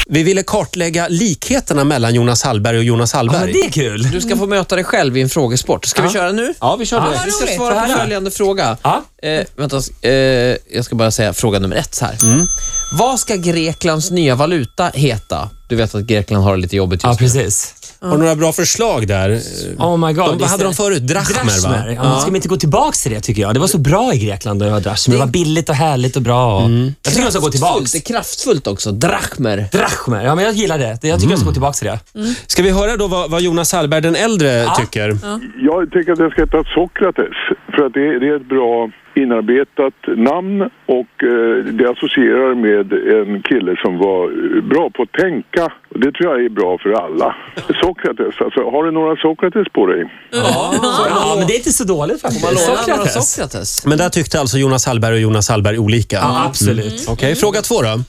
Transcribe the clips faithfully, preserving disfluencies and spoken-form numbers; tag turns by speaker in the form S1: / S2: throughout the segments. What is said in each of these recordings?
S1: Vi ville kartlägga likheterna mellan Jonas Hallberg och Jonas Hallberg.
S2: Ja, men det är kul.
S3: Du ska få möta dig själv i en frågesport. Ska
S1: ja.
S3: vi köra nu?
S1: Ja, vi kör
S3: ja,
S1: det.
S3: Vi ska svara på följande fråga.
S2: Ja.
S3: Eh, vänta, eh, jag ska bara säga fråga nummer ett här.
S1: Mm.
S3: Vad ska Greklands nya valuta heta? Du vet att Grekland har det lite jobbigt just
S2: Ja, precis.
S1: Har du några bra förslag där?
S2: Oh my god.
S1: De, vad hade de förut? Drachmer,
S2: Drachmer.
S1: va?
S2: Ja, ja. Ska vi inte gå tillbaka till det, tycker jag? Det var så bra i Grekland att ha Drachmer. Det var billigt och härligt och bra. Mm. Jag tycker jag ska gå tillbaka.
S3: Det är kraftfullt också. Drachmer.
S2: Drachmer. Ja, men jag gillar det. Jag tycker mm. jag ska gå tillbaka till det.
S1: Mm. Ska vi höra då vad, vad Jonas Hallberg den äldre ja. tycker?
S4: Ja. Jag tycker att det ska heta Sokrates. För att det, det är ett bra inarbetat namn och eh, det associerar med en kille som var bra på att tänka. Och det tror jag är bra för alla. Sokrates, alltså har du några Sokrates på dig?
S2: Ja, ja men det är inte så dåligt faktiskt.
S3: Man Sokrates. Sokrates.
S1: Men där tyckte alltså Jonas Hallberg och Jonas Hallberg olika?
S2: Ja, absolut. Mm.
S1: Okej, okay, fråga två då.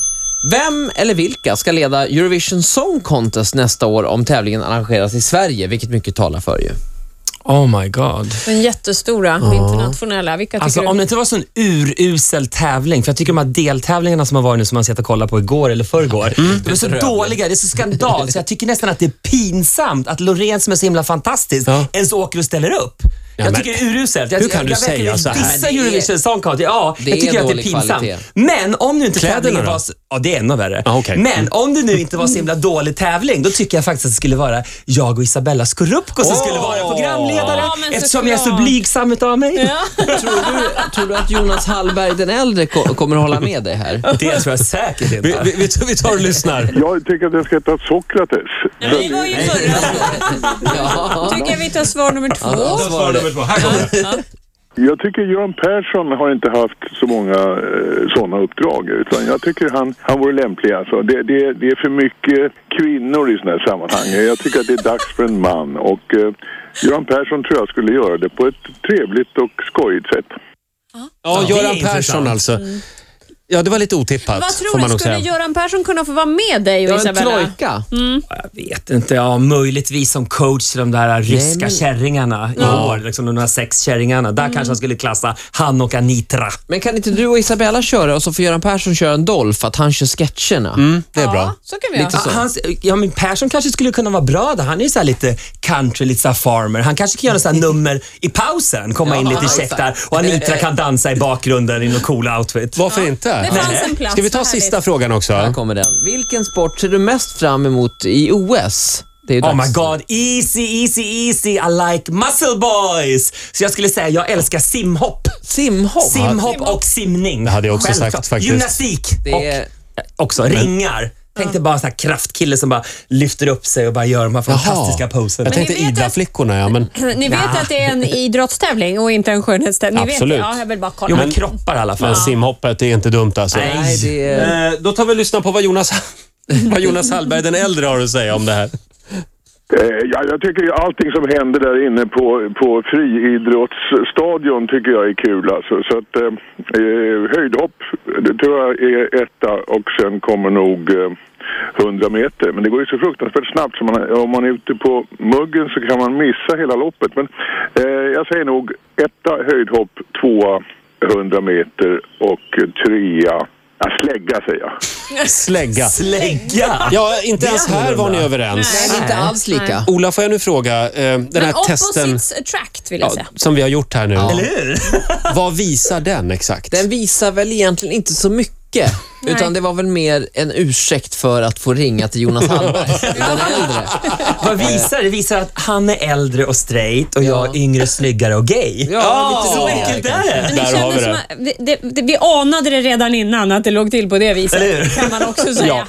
S3: Vem eller vilka ska leda Eurovision Song Contest nästa år om tävlingen arrangeras i Sverige, vilket mycket talar för ju?
S2: Oh my god.
S5: Den jättestora, oh. internationella. Vilka
S2: alltså
S5: du?
S2: Om det inte var så en urusel tävling, för jag tycker de här deltävlingarna som har varit nu som man sett och kollat på igår eller förrgår, mm. de är så dåliga, det är så skandal så jag tycker nästan att det är pinsamt att Loreen som är så himla fantastisk ja. ens åker och ställer upp. Ja, jag tycker det är uruselt. Jag,
S1: hur kan
S2: jag,
S1: du
S2: jag
S1: säga så här?
S2: Vissa Eurovision Song Contest, ja,
S3: det
S2: jag tycker
S3: är
S2: att det är pinsamt. Kvalitet. Men om nu inte tävlingen var så, ja, det är ännu värre.
S1: Ah, okay.
S2: Men om det nu inte var så himla dålig tävling, då tycker jag faktiskt att det skulle vara jag och Isabella Skorupko som oh. skulle vara programledare, ja, eftersom jag är så blygsam utav mig.
S3: Ja. tror, du, tror du att Jonas Hallberg den äldre ko- kommer att hålla med dig här?
S2: Det tror jag säkert inte.
S1: Vi, vi, vi tar och lyssnar.
S4: Jag tycker att det ska heta Sokrates.
S5: Ja, det var ju förra. Ja. Tycker jag vi tar svar nummer två.
S2: Ja, svar nummer två. Här kommer det.
S4: Ja. Jag tycker Göran Persson har inte haft så många eh, sådana uppdrag, utan jag tycker han, han vore lämplig. Alltså. Det, det, det är för mycket kvinnor i sådana här sammanhang. Jag tycker att det är dags för en man och eh, Göran Persson tror jag skulle göra det på ett trevligt och skojigt sätt.
S1: Ja, ja Göran Persson alltså. Mm. Ja, det var lite otippat.
S5: Vad tror du, skulle säga. Göran Persson kunna få vara med dig och
S3: ja,
S5: Isabella?
S3: En trojka.
S5: Mm.
S2: Jag vet inte, ja, möjligtvis som coach till de där ryska men... kärringarna i
S3: ja.
S2: år, liksom de där sex kärringarna. Där mm. kanske han skulle klassa han och Anitra.
S3: Men kan inte du och Isabella köra och så får Göran Persson köra en Dolph att han kör sketcherna?
S1: Mm, det är
S5: ja,
S1: bra.
S5: Så kan vi göra.
S2: Ja, hans, ja, men Persson kanske skulle kunna vara bra där. Han är ju så här lite country, lite så här farmer. Han kanske kan göra så här nummer i pausen, komma ja, in lite käckt där och Anitra kan dansa i bakgrunden i någon cool outfit.
S1: Varför ja, inte?
S5: Det fanns en plats.
S1: Ska vi ta sista frågan också?
S3: Här kommer den. Vilken sport ser du mest fram emot i O S? Det är
S2: oh my god, easy, easy, easy. I like muscle boys. Så jag skulle säga, jag älskar simhopp.
S3: Simhopp?
S2: Simhopp och simning.
S1: Det hade jag också
S2: Självklart.
S1: sagt faktiskt.
S2: Gymnastik
S3: det är...
S2: och också ringar. Tänk dig bara en sån här kraftkille som bara lyfter upp sig och bara gör de här fantastiska
S1: Jaha.
S2: poserna.
S1: Jag tänkte idra-flickorna, ja. Men...
S5: Ni vet ja. att det är en idrottstävling och inte en skönhetstävling. Ni
S1: Absolut.
S5: Vet, ja, jag vill bara kolla.
S2: Jo, men kroppar i alla fall.
S1: Men simhoppet är inte dumt alltså.
S3: Nej, det är...
S1: eh, då tar vi och lyssna på vad Jonas, vad Jonas Hallberg den äldre har att säga om det här.
S4: Ja, jag tycker ju allting som händer där inne på, på friidrottsstadion tycker jag är kul alltså. Så att eh, höjdhopp, det tror jag är etta och sen kommer nog eh, hundra meter. Men det går ju så fruktansvärt snabbt så man, om man är ute på muggen så kan man missa hela loppet. Men eh, jag säger nog etta höjdhopp, tvåa hundra meter och trea ja, slägga säger jag.
S1: Slägga.
S2: Slägga?
S1: Ja, inte ens här var ni överens.
S3: Nej, inte alls lika.
S1: Ola, får jag nu fråga, eh, den
S5: men
S1: här testen
S5: opposites attract vill jag säga.
S1: Ja, som vi har gjort här nu.
S3: Ja.
S2: Eller hur?
S1: Vad visar den exakt?
S3: Den visar väl egentligen inte så mycket. Utan det var väl mer en ursäkt för att få ringa till Jonas Hallberg, den äldre.
S2: Vad visar det? Det visar att han är äldre och straight och jag är yngre, snyggare och gay.
S3: Ja, lite
S2: så
S3: så
S2: enkelt är det.
S5: Men det
S1: Där har vi
S5: kändes
S1: det.
S5: som att, det, det, det, vi anade det redan innan att det låg till på det viset. Kan man också säga.
S1: Ja,